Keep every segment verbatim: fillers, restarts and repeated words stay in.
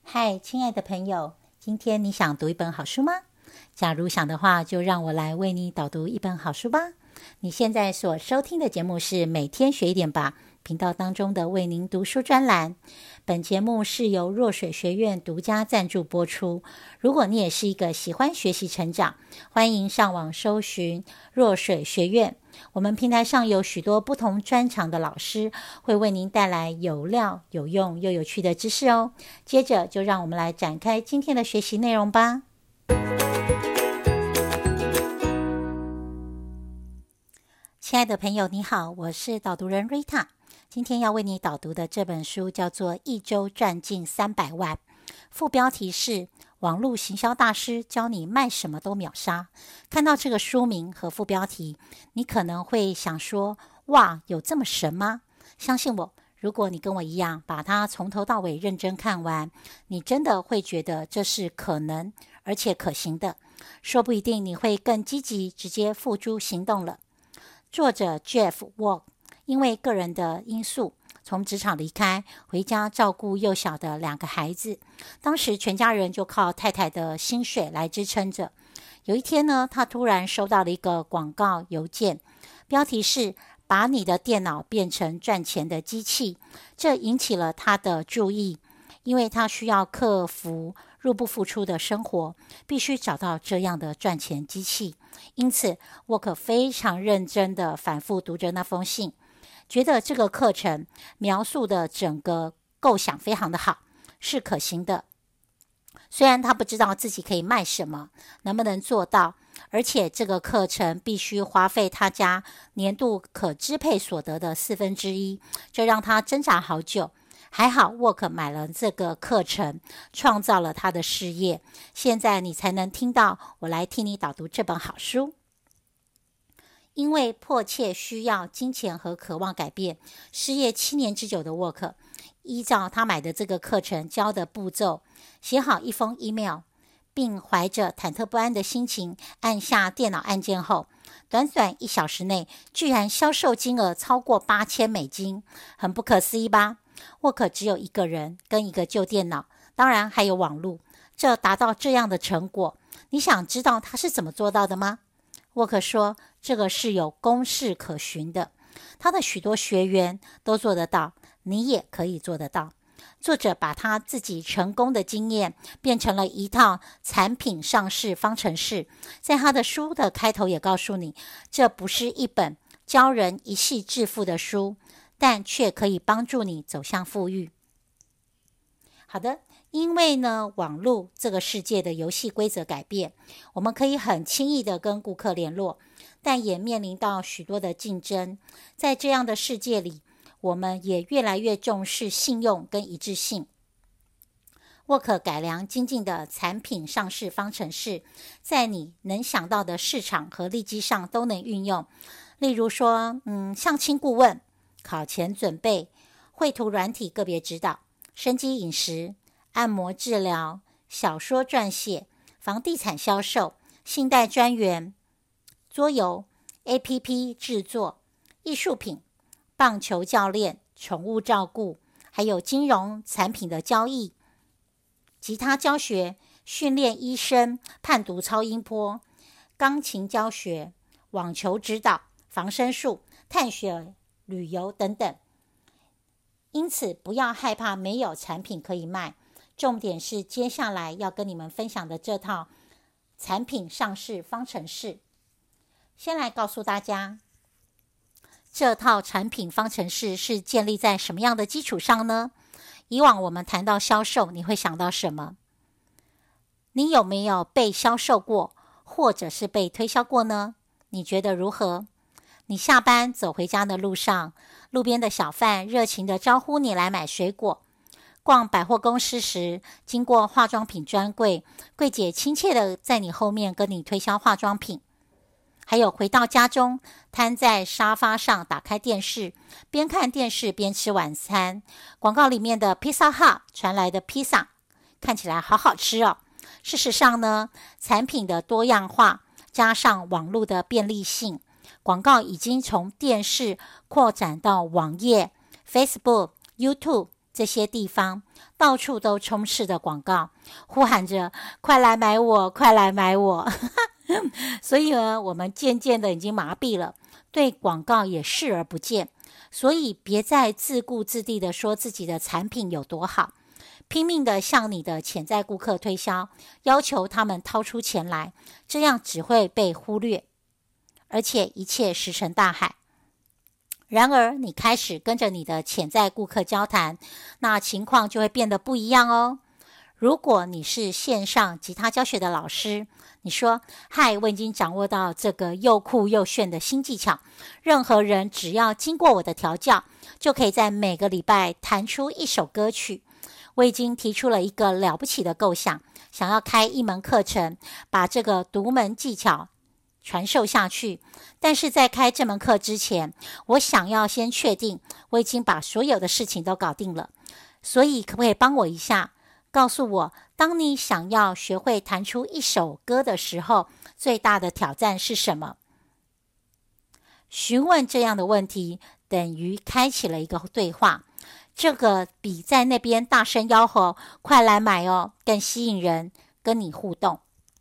嗨，亲爱的朋友，今天你想读一本好书吗？假如想的话，就让我来为你导读一本好书吧。你现在所收听的节目是每天学一点吧频道当中的为您读书专栏。本节目是由若水学院独家赞助播出。如果你也是一个喜欢学习成长，欢迎上网搜寻若水学院。我们平台上有许多不同专长的老师，会为您带来有料、有用又有趣的知识哦。接着就让我们来展开今天的学习内容吧。亲爱的朋友，你好，我是导读人 Rita。今天要为你导读的这本书叫做《一周赚进三百万》，副标题是网络行销大师教你卖什么都秒杀。看到这个书名和副标题，你可能会想说，哇，有这么神吗？相信我，如果你跟我一样把它从头到尾认真看完，你真的会觉得这是可能而且可行的，说不一定你会更积极直接付诸行动了。作者 Jeff Walk 因为个人的因素从职场离开，回家照顾幼小的两个孩子，当时全家人就靠太太的薪水来支撑着。有一天呢，他突然收到了一个广告邮件，标题是把你的电脑变成赚钱的机器。这引起了他的注意，因为他需要克服入不敷出的生活，必须找到这样的赚钱机器。因此沃克非常认真地反复读着那封信，觉得这个课程描述的整个构想非常的好，是可行的。虽然他不知道自己可以卖什么，能不能做到，而且这个课程必须花费他家年度可支配所得的四分之一，这让他挣扎好久。还好沃克买了这个课程，创造了他的事业。现在你才能听到我来替你导读这本好书。因为迫切需要金钱和渴望改变，失业七年之久的沃克，依照他买的这个课程教的步骤，写好一封 email， 并怀着忐忑不安的心情按下电脑按键后，短短一小时内居然销售金额超过八千美金，很不可思议吧？沃克只有一个人跟一个旧电脑，当然还有网络，这达到这样的成果，你想知道他是怎么做到的吗？沃克说，这个是有公式可循的，他的许多学员都做得到，你也可以做得到。作者把他自己成功的经验变成了一套产品上市方程式，在他的书的开头也告诉你，这不是一本教人一夕致富的书，但却可以帮助你走向富裕。好的，因为呢，网络这个世界的游戏规则改变，我们可以很轻易的跟顾客联络，但也面临到许多的竞争。在这样的世界里，我们也越来越重视信用跟一致性。沃克改良精进的产品上市方程式，在你能想到的市场和利基上都能运用。例如说，嗯，相亲顾问、考前准备、绘图软体个别指导、生机饮食、按摩治疗、小说撰写、房地产销售、信贷专员、桌游、A P P 制作、艺术品、棒球教练、宠物照顾，还有金融产品的交易、吉他教学、训练医生、判读超音波、钢琴教学、网球指导、防身术、探险旅游等等。因此不要害怕没有产品可以卖，重点是接下来要跟你们分享的这套产品上市方程式。先来告诉大家，这套产品方程式是建立在什么样的基础上呢？以往我们谈到销售，你会想到什么？你有没有被销售过，或者是被推销过呢？你觉得如何？你下班走回家的路上，路边的小贩热情地招呼你来买水果。逛百货公司时，经过化妆品专柜，柜姐亲切地在你后面跟你推销化妆品。还有回到家中，瘫在沙发上打开电视，边看电视边吃晚餐。广告里面的 Pizza Hut 传来的披萨看起来好好吃哦。事实上呢，产品的多样化加上网络的便利性，广告已经从电视扩展到网页、Facebook、YouTube， 这些地方到处都充斥着广告，呼喊着快来买我，快来买我。所以呢，我们渐渐的已经麻痹了，对广告也视而不见。所以别再自顾自地的说自己的产品有多好，拼命的向你的潜在顾客推销，要求他们掏出钱来，这样只会被忽略，而且一切石沉大海。然而你开始跟着你的潜在顾客交谈，那情况就会变得不一样哦。如果你是线上吉他教学的老师，你说嗨，我已经掌握到这个又酷又炫的新技巧，任何人只要经过我的调教，就可以在每个礼拜弹出一首歌曲。我已经提出了一个了不起的构想，想要开一门课程，把这个独门技巧传授下去。但是在开这门课之前，我想要先确定我已经把所有的事情都搞定了。所以可不可以帮我一下，告诉我，当你想要学会弹出一首歌的时候，最大的挑战是什么？询问这样的问题，等于开启了一个对话。这个比在那边大声吆喝快来买哦更吸引人跟你互动。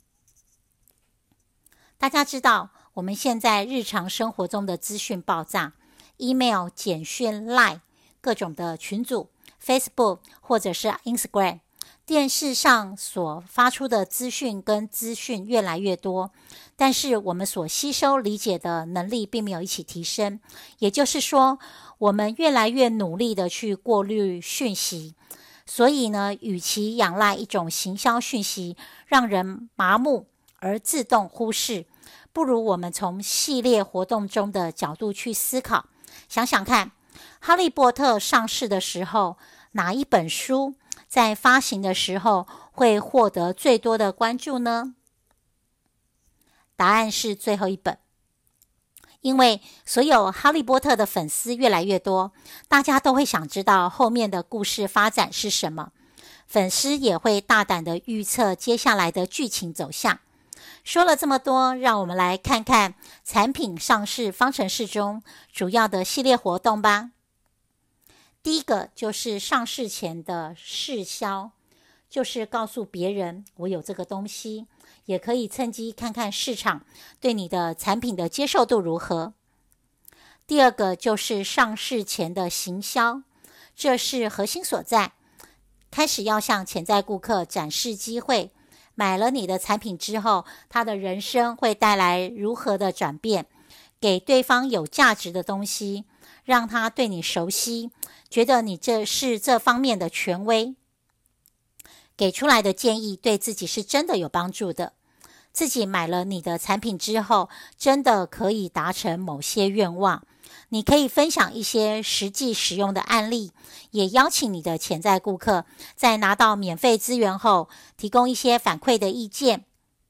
大家知道我们现在日常生活中的资讯爆炸， email、 简讯、 Line 各种的群组， Facebook 或者是 Instagram， 电视上所发出的资讯跟资讯越来越多，但是我们所吸收理解的能力并没有一起提升。也就是说，我们越来越努力的去过滤讯息，所以呢，与其仰赖一种行销讯息让人麻木而自动忽视，不如我们从系列活动中的角度去思考。想想看，哈利波特上市的时候，哪一本书在发行的时候会获得最多的关注呢？答案是最后一本。因为所有哈利波特的粉丝越来越多，大家都会想知道后面的故事发展是什么，粉丝也会大胆的预测接下来的剧情走向。说了这么多，让我们来看看产品上市方程式中主要的系列活动吧。第一个就是上市前的试销，就是告诉别人我有这个东西，也可以趁机看看市场对你的产品的接受度如何。第二个就是上市前的行销，这是核心所在，开始要向潜在顾客展示机会，买了你的产品之后，他的人生会带来如何的转变，给对方有价值的东西，让他对你熟悉，觉得你这是这方面的权威，给出来的建议对自己是真的有帮助的。自己买了你的产品之后，真的可以达成某些愿望。你可以分享一些实际使用的案例，也邀请你的潜在顾客在拿到免费资源后，提供一些反馈的意见。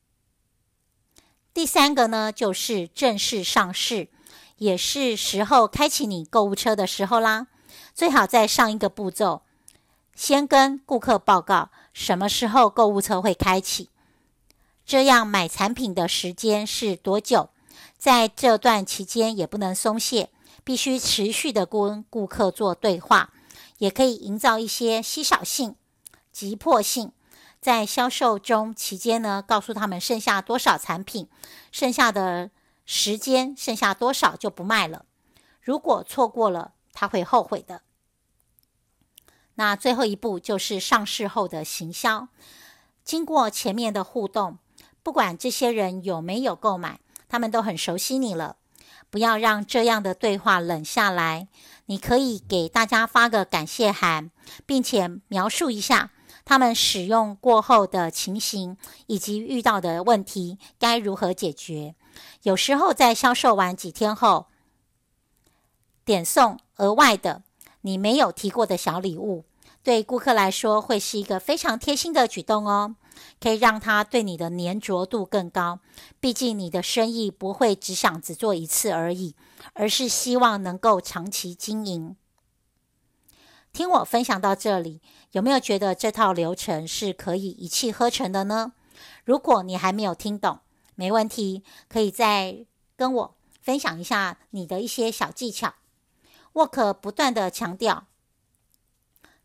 第三个呢，就是正式上市，也是时候开启你购物车的时候啦。最好在上一个步骤，先跟顾客报告什么时候购物车会开启，这样买产品的时间是多久，在这段期间也不能松懈，必须持续的跟顾客做对话，也可以营造一些稀少性、急迫性。在销售中期间呢，告诉他们剩下多少产品，剩下的时间剩下多少就不卖了，如果错过了，他会后悔的。那最后一步就是上市后的行销，经过前面的互动，不管这些人有没有购买，他们都很熟悉你了。不要让这样的对话冷下来，你可以给大家发个感谢函，并且描述一下他们使用过后的情形以及遇到的问题该如何解决。有时候在销售完几天后，点送额外的你没有提过的小礼物，对顾客来说会是一个非常贴心的举动哦，可以让他对你的粘着度更高。毕竟你的生意不会只想只做一次而已，而是希望能够长期经营。听我分享到这里，有没有觉得这套流程是可以一气呵成的呢？如果你还没有听懂，没问题，可以再跟我分享一下你的一些小技巧。我可不断的强调，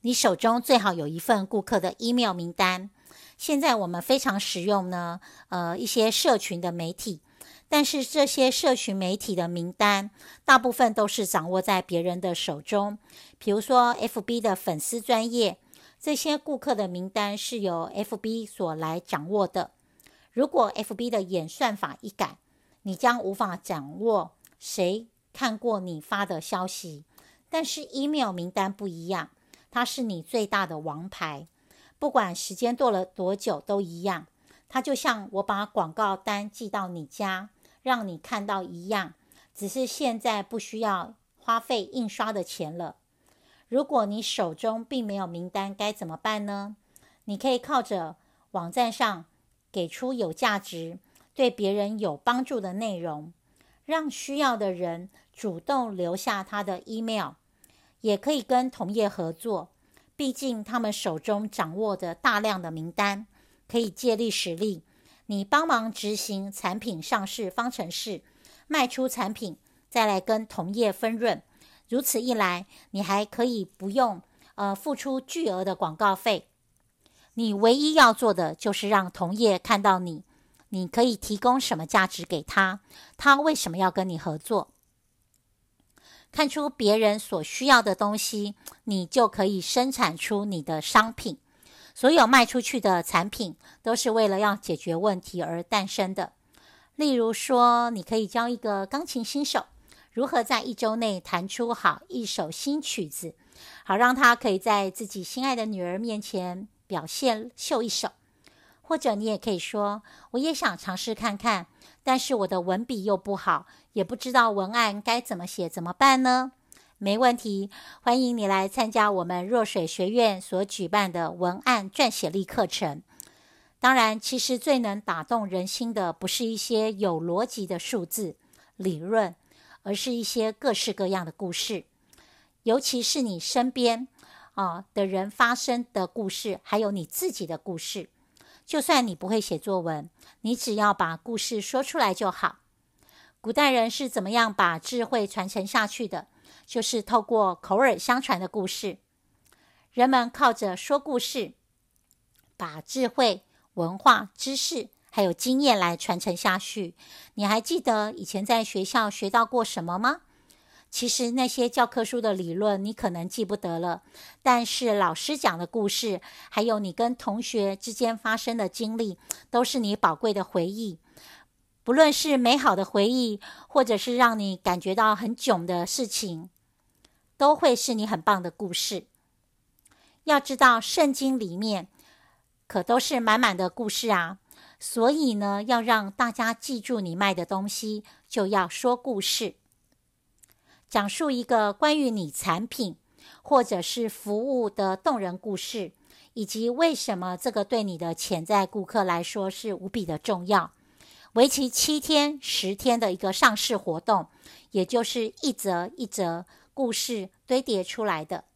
你手中最好有一份顾客的 email 名单。现在我们非常使用呢，呃，一些社群的媒体，但是这些社群媒体的名单，大部分都是掌握在别人的手中。比如说 F B 的粉丝专页，这些顾客的名单是由 F B 所来掌握的。如果 F B 的演算法一改，你将无法掌握谁看过你发的消息。但是 email 名单不一样，它是你最大的王牌，不管时间过了多久都一样。它就像我把广告单寄到你家，让你看到一样，只是现在不需要花费印刷的钱了。如果你手中并没有名单，该怎么办呢？你可以靠着网站上给出有价值、对别人有帮助的内容，让需要的人主动留下他的 email。也可以跟同业合作，毕竟他们手中掌握着大量的名单，可以借力使力。你帮忙执行产品上市方程式，卖出产品，再来跟同业分润。如此一来，你还可以不用呃付出巨额的广告费。你唯一要做的就是让同业看到你，你可以提供什么价值给他，他为什么要跟你合作。看出别人所需要的东西，你就可以生产出你的商品。所有卖出去的产品都是为了要解决问题而诞生的。例如说，你可以教一个钢琴新手如何在一周内弹出好一首新曲子，好让他可以在自己心爱的女儿面前表现秀一手。或者你也可以说，我也想尝试看看，但是我的文笔又不好，也不知道文案该怎么写，怎么办呢？没问题，欢迎你来参加我们若水学院所举办的文案撰写力课程。当然，其实最能打动人心的不是一些有逻辑的数字、理论，而是一些各式各样的故事，尤其是你身边、啊、的人发生的故事，还有你自己的故事。就算你不会写作文，你只要把故事说出来就好。古代人是怎么样把智慧传承下去的？就是透过口耳相传的故事。人们靠着说故事，把智慧、文化、知识还有经验来传承下去。你还记得以前在学校学到过什么吗？其实那些教科书的理论你可能记不得了，但是老师讲的故事，还有你跟同学之间发生的经历，都是你宝贵的回忆。不论是美好的回忆，或者是让你感觉到很囧的事情，都会是你很棒的故事。要知道圣经里面可都是满满的故事啊，所以呢，要让大家记住你卖的东西，就要说故事。讲述一个关于你产品或者是服务的动人故事，以及为什么这个对你的潜在顾客来说是无比的重要。为期七天、十天的一个上市活动，也就是一则一则故事堆叠出来的。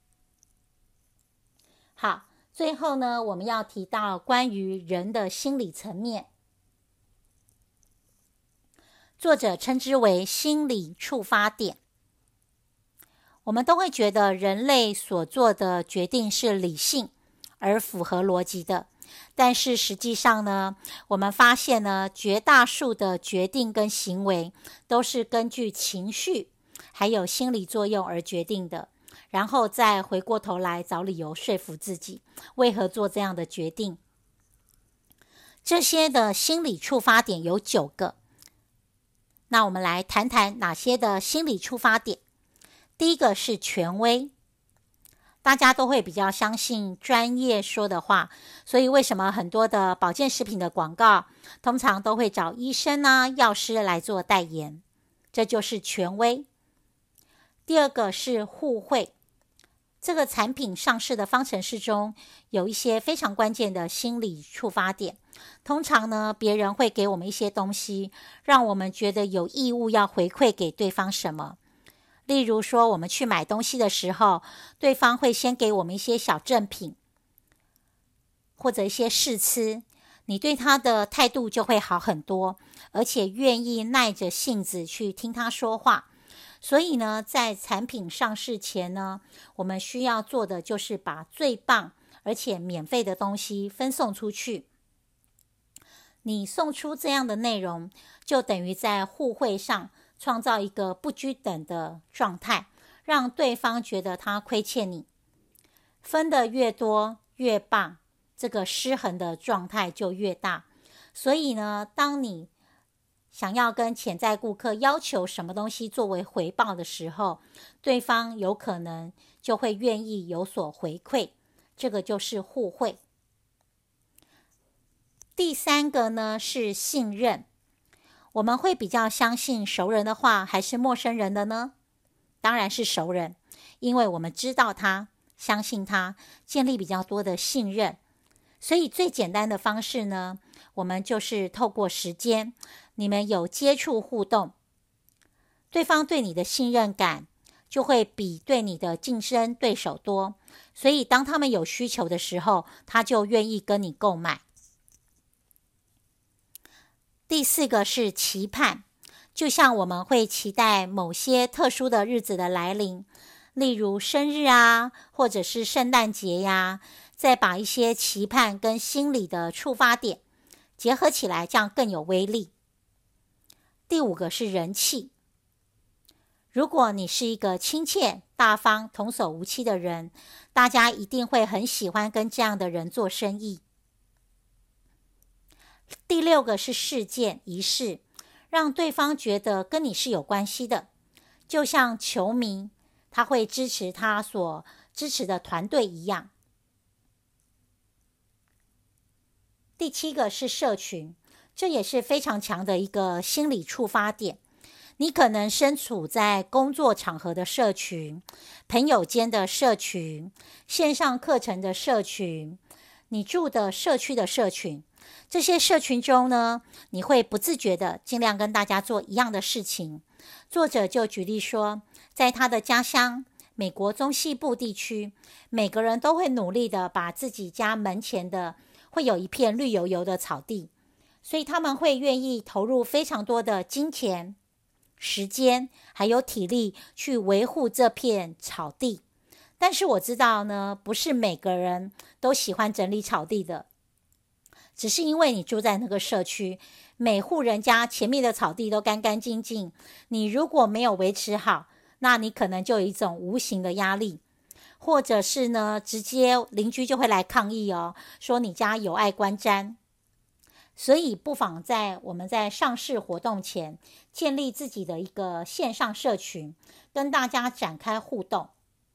好，最后呢，我们要提到关于人的心理层面。作者称之为心理触发点。我们都会觉得人类所做的决定是理性而符合逻辑的，但是实际上呢，我们发现呢，绝大数的决定跟行为都是根据情绪还有心理作用而决定的，然后再回过头来找理由说服自己为何做这样的决定。这些的心理触发点有九个，那我们来谈谈哪些的心理触发点。第一个是权威，大家都会比较相信专业说的话，所以为什么很多的保健食品的广告通常都会找医生啊、药师来做代言，这就是权威。第二个是互惠，这个产品上市的方程式中有一些非常关键的心理触发点。通常呢，别人会给我们一些东西，让我们觉得有义务要回馈给对方什么。例如说，我们去买东西的时候，对方会先给我们一些小赠品，或者一些试吃，你对他的态度就会好很多，而且愿意耐着性子去听他说话。 所以呢，在产品上市前呢，我们需要做的就是把最棒而且免费的东西分送出去。你送出这样的内容，就等于在互惠上创造一个不均等的状态，让对方觉得他亏欠你。分得越多越棒，这个失衡的状态就越大。所以呢，当你想要跟潜在顾客要求什么东西作为回报的时候，对方有可能就会愿意有所回馈，这个就是互惠。第三个呢是信任，我们会比较相信熟人的话还是陌生人的呢？当然是熟人，因为我们知道他，相信他，建立比较多的信任。所以最简单的方式呢，我们就是透过时间，你们有接触互动，对方对你的信任感就会比对你的竞争对手多，所以当他们有需求的时候，他就愿意跟你购买。第四个是期盼，就像我们会期待某些特殊的日子的来临，例如生日啊，或者是圣诞节呀，再把一些期盼跟心理的触发点结合起来，这样更有威力。第五个是人气，如果你是一个亲切、大方、童叟无欺的人，大家一定会很喜欢跟这样的人做生意。第六个是事件、仪式，让对方觉得跟你是有关系的，就像球迷他会支持他所支持的团队一样。第七个是社群，这也是非常强的一个心理触发点。你可能身处在工作场合的社群、朋友间的社群、线上课程的社群、你住的社区的社群，这些社群中呢，你会不自觉的尽量跟大家做一样的事情。作者就举例说，在他的家乡美国中西部地区，每个人都会努力的把自己家门前的会有一片绿油油的草地，所以他们会愿意投入非常多的金钱、时间还有体力去维护这片草地。但是我知道呢，不是每个人都喜欢整理草地的，只是因为你住在那个社区，每户人家前面的草地都干干净净，你如果没有维持好，那你可能就有一种无形的压力，或者是呢，直接邻居就会来抗议哦，说你家有碍观瞻。所以不妨在我们在上市活动前，建立自己的一个线上社群，跟大家展开互动。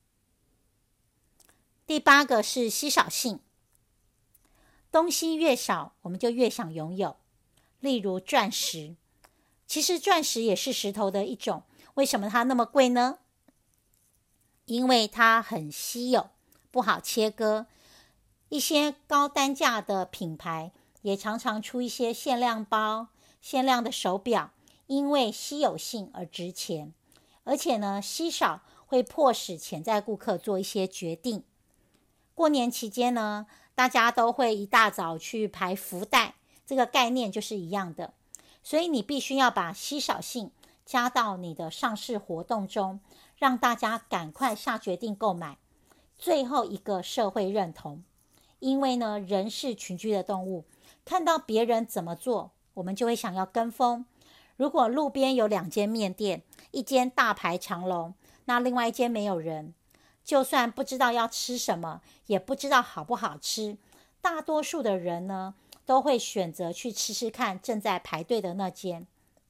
第八个是稀少性，东西越少，我们就越想拥有。例如钻石，其实钻石也是石头的一种，为什么它那么贵呢？因为它很稀有，不好切割。一些高单价的品牌也常常出一些限量包、限量的手表，因为稀有性而值钱。而且呢，稀少会迫使潜在顾客做一些决定。过年期间呢，大家都会一大早去排福袋，这个概念就是一样的。所以你必须要把稀少性加到你的上市活动中，让大家赶快下决定购买。最后一个，社会认同，因为呢，人是群居的动物，看到别人怎么做，我们就会想要跟风。如果路边有两间面店，一间大排长龙，那另外一间没有人，就算不知道要吃什么，也不知道好不好吃，大多数的人呢，都会选择去吃吃看正在排队的那间。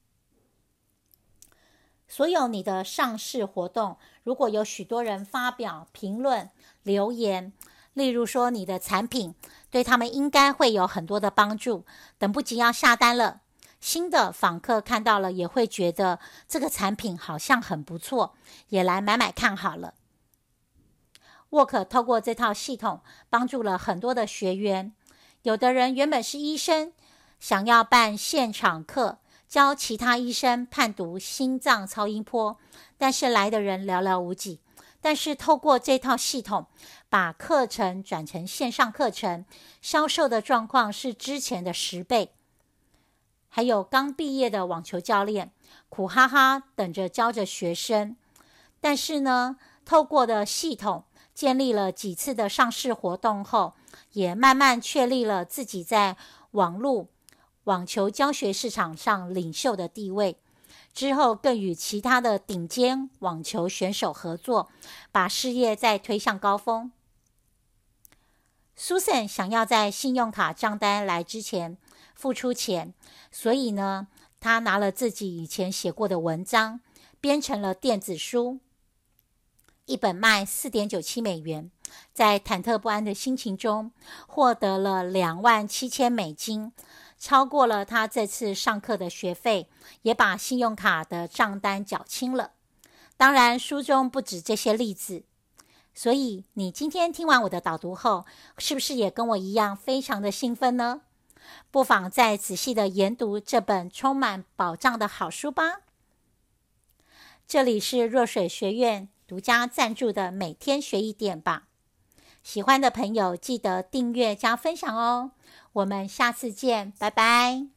所有你的上市活动，如果有许多人发表评论、留言，例如说你的产品对他们应该会有很多的帮助，等不及要下单了。新的访客看到了也会觉得这个产品好像很不错，也来买买看好了。Work 透过这套系统帮助了很多的学员，有的人原本是医生，想要办现场课，教其他医生判读心脏超音波，但是来的人寥寥无几。但是透过这套系统，把课程转成线上课程，销售的状况是之前的十倍。 还有刚毕业的网球教练，苦哈哈等着教着学生。但是呢，透过的系统建立了几次的上市活动后，也慢慢确立了自己在网络网球教学市场上领袖的地位。之后更与其他的顶尖网球选手合作，把事业再推向高峰。Susan 想要在信用卡账单来之前付出钱，所以呢，她拿了自己以前写过的文章，编成了电子书，一本卖 四点九七美元，在忐忑不安的心情中，获得了两万七千美金，超过了他这次上课的学费，也把信用卡的账单缴清了。当然，书中不止这些例子。所以，你今天听完我的导读后，是不是也跟我一样非常的兴奋呢？不妨再仔细的研读这本充满宝藏的好书吧。这里是若水学院独家赞助的每天学一点吧。喜欢的朋友记得订阅加分享哦。我们下次见，拜拜。